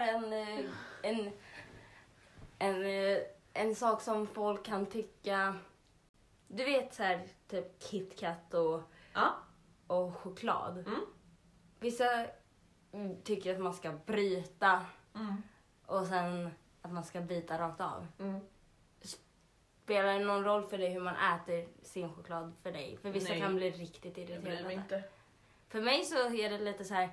en sak som folk kan tycka. Du vet så här typ KitKat och choklad. Vissa tycker att man ska bryta och sen att man ska bita rakt av. Spelar det någon roll för dig hur man äter sin choklad för dig? För vissa kan bli riktigt irriterade. Inte. För mig så är det lite så här.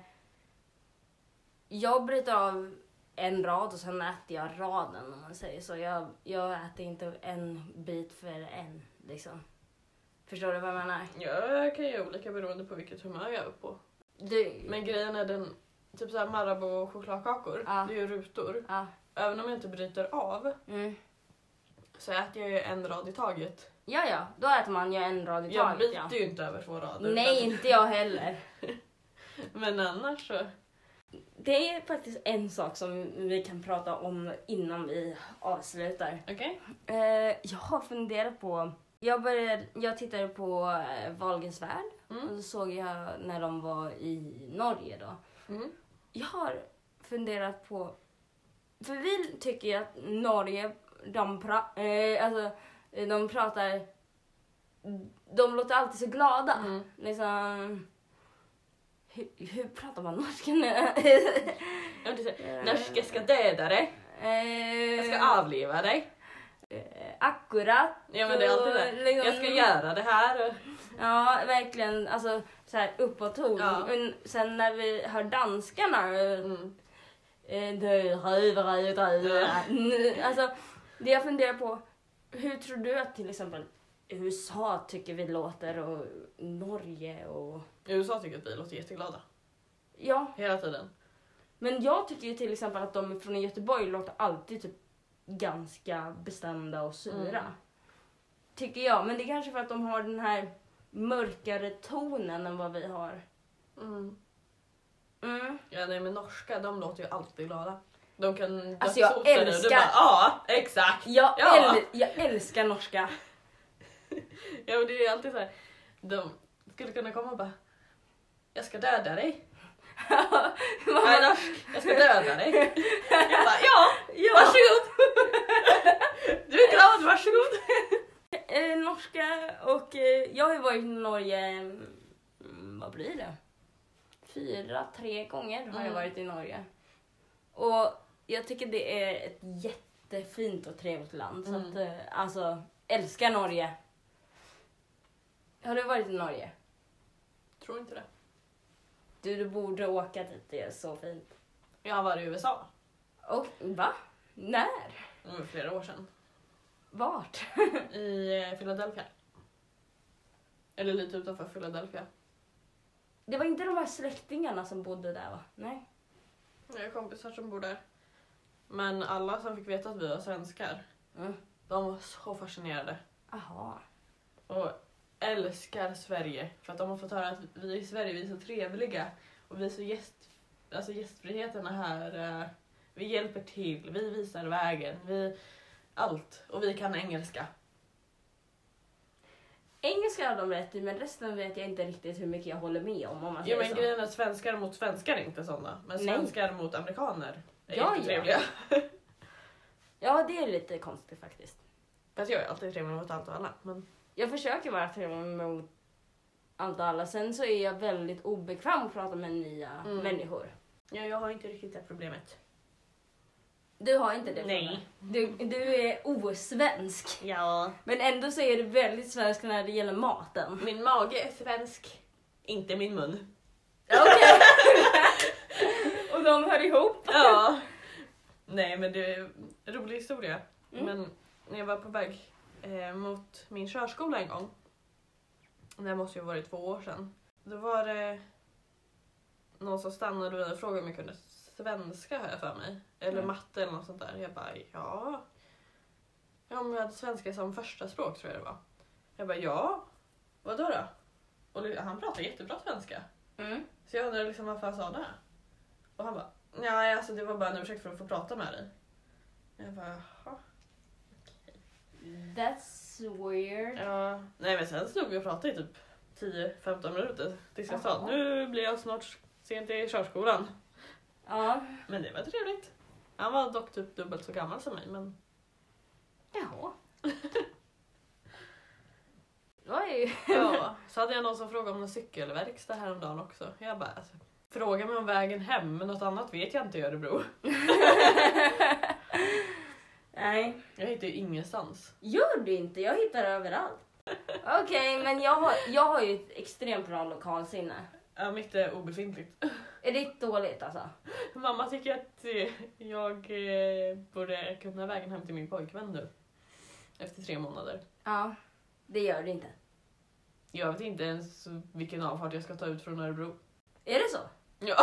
Jag bryter av en rad och sen äter jag raden, om man säger så. Jag äter inte en bit för en, liksom. Förstår du vad jag menar? Ja, jag kan ju olika beroende på vilket humör jag är på. Men grejen är den, typ såhär Marabou chokladkakor, det är ju rutor. Även om jag inte bryter av så äter jag ju en rad i taget. Ja, då äter man ju en rad i taget. Jag bryter ju inte över 2 rader. Nej, inte jag heller. Men annars så... Det är faktiskt en sak som vi kan prata om innan vi avslutar. Okej. Jag har funderat på... Jag tittade på Wahlgrens värld. Och så såg jag när de var i Norge då. Jag har funderat på... För vi tycker ju att Norge, de pratar de låter alltid så glada. Liksom, hur pratar man norska nu? Norska ska döda dig. Jag ska avliva dig. Akkurat. Ja, men det är alltid det. Liksom, jag ska göra det här. Ja, verkligen. Alltså så här uppåt ton. Ja. Men sen när vi hör danskarna. Alltså, det jag funderar på. Hur tror du att till exempel USA tycker vi låter och Norge och... USA tycker att vi låter jätteglada. Ja. Hela tiden. Men jag tycker ju till exempel att de från Göteborg låter alltid typ ganska bestämda och sura. Tycker jag. Men det är kanske för att de har den här mörkare tonen än vad vi har. Ja, nej, men norska, de låter ju alltid glada. De kan... Alltså jag älskar... Ja, exakt. Jag älskar norska. Ja, men det är alltid så här. De skulle kunna komma och bara... Jag ska döda dig. Jag är norsk. Jag ska döda dig. Jag bara, ja. Varsågod. Du är glad, varsågod. Norska och jag har ju varit i Norge, vad blir det? 4-3 gånger har jag varit i Norge. Och jag tycker det är ett jättefint och trevligt land. Så att, alltså, älskar Norge. Har du varit i Norge? Tror inte det. Du borde åka dit, det är så fint. Jag har varit i USA. Och va? När? Flera år sedan. Vart? I Philadelphia. Eller lite utanför Philadelphia. Det var inte de här släktingarna som bodde där, va? Nej. Jag har kompisar som bor där. Men alla som fick veta att vi var svenskar, de var så fascinerade. Aha. Och älskar Sverige. För att de har fått höra att vi i Sverige, vi är så trevliga. Och vi är så gästfriheten är här. Vi hjälper till, vi visar vägen, allt. Och vi kan engelska. Engelska har de rätt i, men resten vet jag inte riktigt hur mycket jag håller med om man Jo, säger men så. grejen är att svenskar mot svenskar är inte sådana. Men svenskar mot amerikaner är Ja, jättetrevliga. Ja, det är lite konstigt faktiskt. Fast jag är alltid trevlig mot allt och alla. Men... Jag försöker vara trevlig mot allt och alla. Sen så är jag väldigt obekväm att prata med nya människor. Ja, jag har inte riktigt det problemet. Du har inte det? Nej. Du är osvensk. Ja. Men ändå så är du väldigt svensk när det gäller maten. Min mage är svensk. Inte min mun. Okej. Och de hör ihop. Ja. Nej, men det är en rolig historia. Men när jag var på väg mot min körskola en gång. Det måste ju ha varit 2 år sedan. Då var det någon som stannade vid och frågade om jag kunde svenska, har jag för mig. Eller matte eller något sånt där. Jag bara, ja. Ja, om jag hade svenska som första språk tror jag det var. Jag bara, ja. Vadå då? Och han pratade jättebra svenska. Så jag undrade liksom varför han sa det. Och han bara, nej, alltså det var bara en ursäkt för att få prata med dig. Jag bara, jaha. That's weird. Ja, nej men sen stod vi och pratade i typ 10-15 minuter. Tills jag sa, nu blir jag snart sent i körskolan. Ja. Men det var trevligt. Han var dock typ dubbelt så gammal som mig, men... Jaha. Oj. Ja, så hade jag någon som frågade om en cykelverkstad häromdagen också. Jag bara, alltså, fråga mig om vägen hem, men något annat vet jag inte i Örebro. Nej. Jag hittar ju ingenstans. Gör du inte? Jag hittar överallt. Okej, men jag har ju ett extremt bra lokalsinne. Ja, mitt är obefintligt. Är det dåligt alltså? Mamma tycker att jag borde kunna vägen hem till min pojkvän nu. Efter 3 månader. Ja, det gör det inte. Jag vet inte ens vilken avfart jag ska ta ut från Örebro. Är det så? Ja.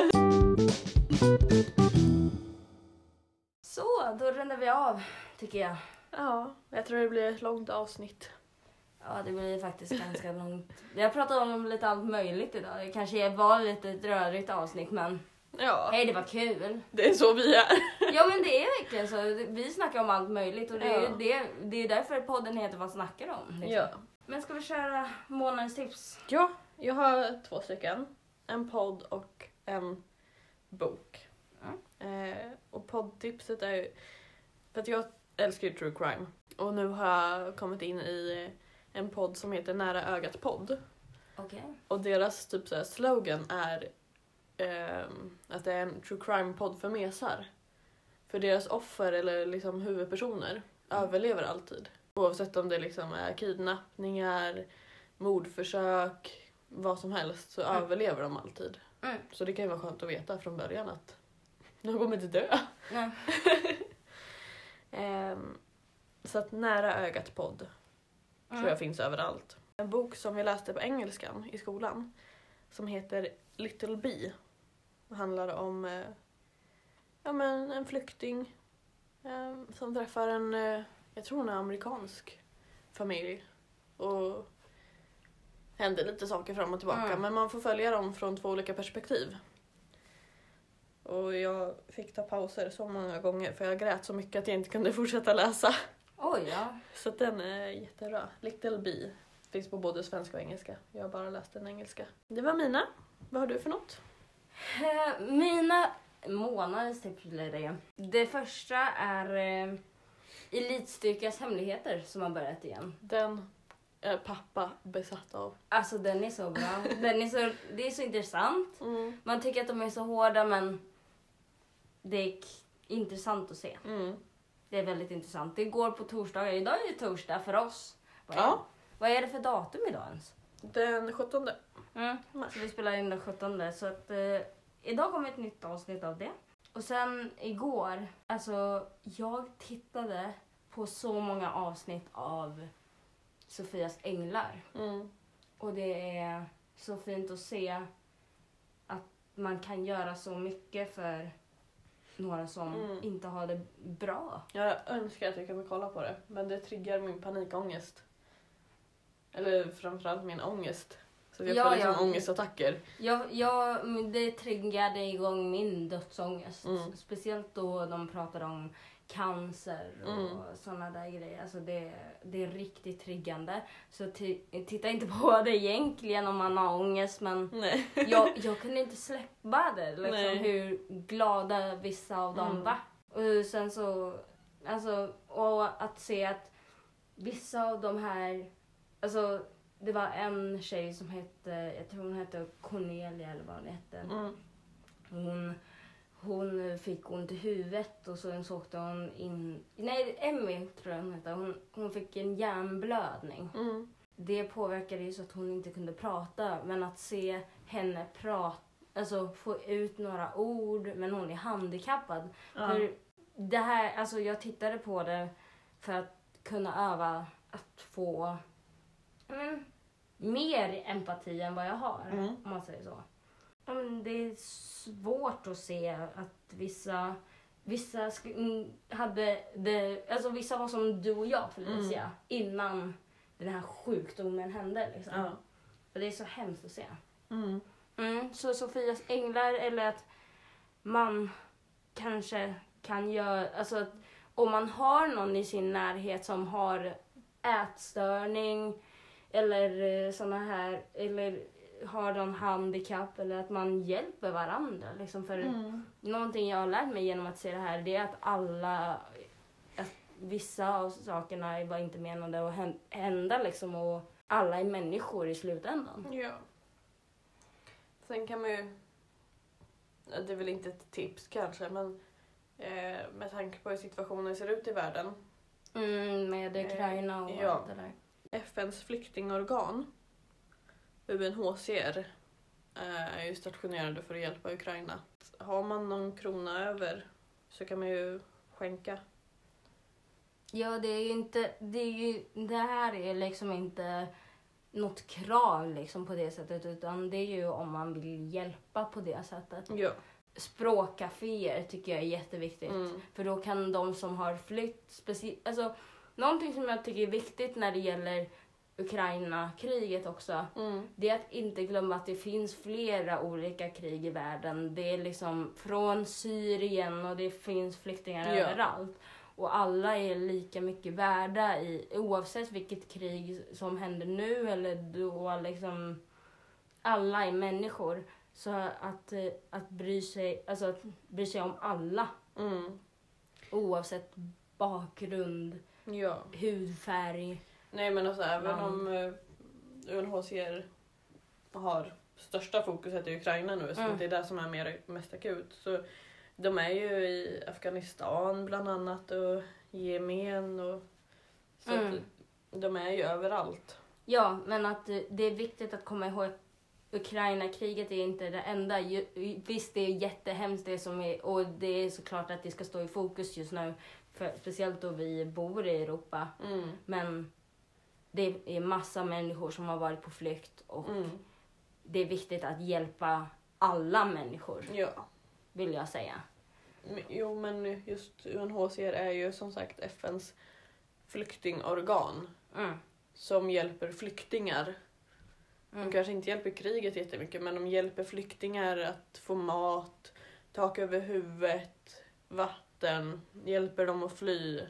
Så, då rundar vi av, tycker jag. Ja, jag tror det blir ett långt avsnitt. Ja, det blir faktiskt ganska långt. Jag pratade om lite allt möjligt idag. Det kanske var lite ett rörigt avsnitt, men Ja, hej, det var kul. det är så vi är. Ja, men det är verkligen så. Vi snackar om allt möjligt och det är därför podden heter Vad snackar om? Liksom. Ja. Men ska vi köra månadens tips? Ja, jag har 2 stycken. En podd och en bok. Och poddtipset är ju... För att jag älskar ju true crime. Och nu har jag kommit in i en podd som heter Nära ögat podd. Okej. Och deras typ så här slogan är att det är en true crime-podd för mesar. För deras offer eller liksom huvudpersoner överlever alltid. Oavsett om det liksom är kidnappningar, mordförsök, vad som helst så överlever de alltid. Så det kan ju vara skönt att veta från början att de kommer inte dö. Nej. Så att Nära ögat podd tror jag finns överallt. En bok som vi läste på engelskan i skolan som heter Little Bee. Det handlar om en flykting som träffar en, jag tror hon är amerikansk familj. Och händer lite saker fram och tillbaka. Men man får följa dem från 2 olika perspektiv. Och jag fick ta pauser så många gånger för jag grät så mycket att jag inte kunde fortsätta läsa. Oj, ja. Så den är jättebra. Little Bee. Finns på både svenska och engelska. Jag har bara läst den engelska. Det var mina. Vad har du för något? Mina månaders tips blir det. Det första är Elitstyrkas hemligheter som har börjat igen. Den är pappa besatt av. Alltså den är så bra. Det är så intressant. Man tycker att de är så hårda men det är intressant att se. Det är väldigt intressant. Det går på torsdagar. Idag är det torsdag för oss. Vad är det för datum idag ens? Den 17. Så vi spelar in den 17. Så att idag kommer ett nytt avsnitt av det. Och sen igår, alltså jag tittade på så många avsnitt av Sofias änglar. Och det är så fint att se att man kan göra så mycket för några som inte har det bra. Jag önskar att jag kunde kolla på det, men det triggar min panikångest. Eller framförallt min ångest. Så jag får liksom ångestattacker. Det triggade igång min dödsångest. Speciellt då de pratar om cancer och sådana där grejer. Alltså det är riktigt triggande. Så titta inte på det egentligen om man har ångest. Men jag kunde inte släppa det. Liksom, hur glada vissa av dem var. Och sen så, alltså, och att se att vissa av de här, alltså det var en tjej som hette, jag tror hon hette Cornelia eller vad hon hette. Hon fick ont i huvudet och så åkte hon in, Emmy tror jag hon hette. Hon fick en hjärnblödning. Det påverkade ju så att hon inte kunde prata, men att se henne prata, alltså få ut några ord, men hon är handikappad. För det här, alltså jag tittade på det för att kunna öva att få mer empati än vad jag har, om man säger så. Det är svårt att se att vissa hade det, alltså vissa var som du och jag, Felicia, innan den här sjukdomen hände liksom. Och det är så hemskt att se. Så Sofias änglar, eller att man kanske kan göra, alltså att om man har någon i sin närhet som har ätstörning eller såna här, eller har någon handikapp, eller att man hjälper varandra liksom. För någonting jag har lärt mig genom att se det här, det är att vissa av sakerna var inte menade att hända liksom, och alla är människor i slutändan. Ja. Sen kan man ju, det är väl inte ett tips kanske, men med tanke på hur situationen ser ut i världen. Med Ukraina och allt det där. FNs flyktingorgan, UNHCR, är ju stationerade för att hjälpa Ukraina. Har man någon krona över så kan man ju skänka. Ja, det här är liksom inte något krav liksom på det sättet, utan det är ju om man vill hjälpa på det sättet. Ja. Språkcaféer tycker jag är jätteviktigt. För då kan de som har flytt, alltså någonting som jag tycker är viktigt när det gäller Ukraina-kriget också, det är att inte glömma att det finns flera olika krig i världen. Det är liksom från Syrien och det finns flyktingar överallt. Och alla är lika mycket värda oavsett vilket krig som händer nu eller då liksom. Alla är människor. Så att bry sig, alltså att bry sig om alla. Oavsett bakgrund, hudfärg, Nej, men alltså även om UNHCR har största fokuset i Ukraina nu, så det är det som är mest akut. Så de är ju i Afghanistan bland annat och Jemen och så att de är ju överallt. Ja, men att det är viktigt att komma ihåg att Ukraina-kriget är inte det enda. Visst, det är jättehemskt det som är, och det är såklart att det ska stå i fokus just nu, speciellt då vi bor i Europa. Men det är massa människor som har varit på flykt och det är viktigt att hjälpa alla människor. Ja. Vill jag säga. Jo, men just UNHCR är ju som sagt FNs flyktingorgan som hjälper flyktingar. De kanske inte hjälper kriget jättemycket, men de hjälper flyktingar att få mat, tak över huvudet, vatten, hjälper dem att fly.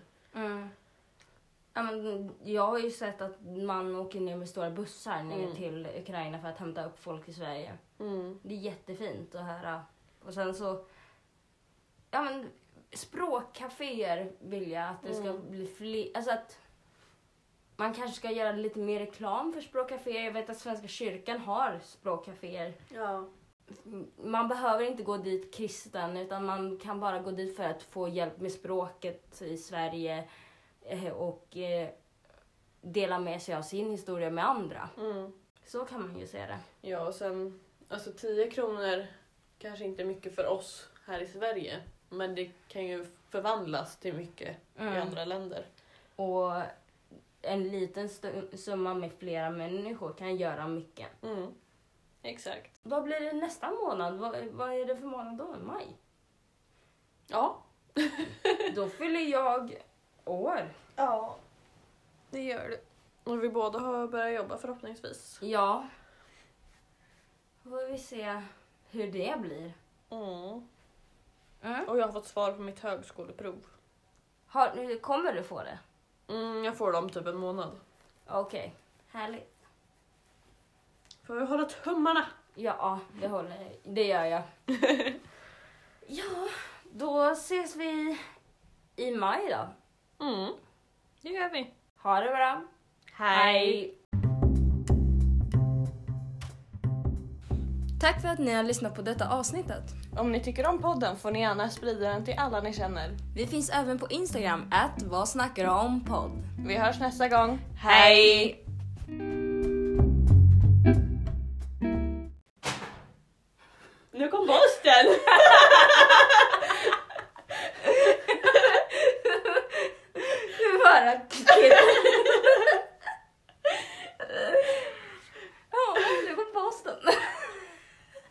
Ja, men jag har ju sett att man åker ner med stora bussar ner till Ukraina för att hämta upp folk i Sverige. Det är jättefint att höra. Och sen så, ja men språkcaféer vill jag att det ska bli fler, alltså att man kanske ska göra lite mer reklam för språkcaféer. Jag vet att Svenska kyrkan har språkcaféer. Ja. Man behöver inte gå dit kristen, utan man kan bara gå dit för att få hjälp med språket i Sverige och dela med sig av sin historia med andra. Så kan man ju se det. Ja, och sen, alltså 10 kronor kanske inte är mycket för oss här i Sverige, men det kan ju förvandlas till mycket i andra länder. Och en liten summa med flera människor kan göra mycket. Exakt. Vad blir det nästa månad? Vad är det för månad då? Maj? Ja. Då fyller jag år. Ja, det gör du. Och vi båda har börjat jobba förhoppningsvis. Ja. Då får vi se hur det blir. Och jag har fått svar på mitt högskoleprov. Kommer du få det? Jag får dem typ en månad. Okej, härligt. Får vi hålla tummarna? Ja, det gör jag. Ja, då ses vi i maj då. Det gör vi. Ha det bra. Hej! Tack för att ni har lyssnat på detta avsnittet. Om ni tycker om podden får ni gärna sprida den till alla ni känner. Vi finns även på Instagram @vadsnackarompod. Vi hörs nästa gång. Hej!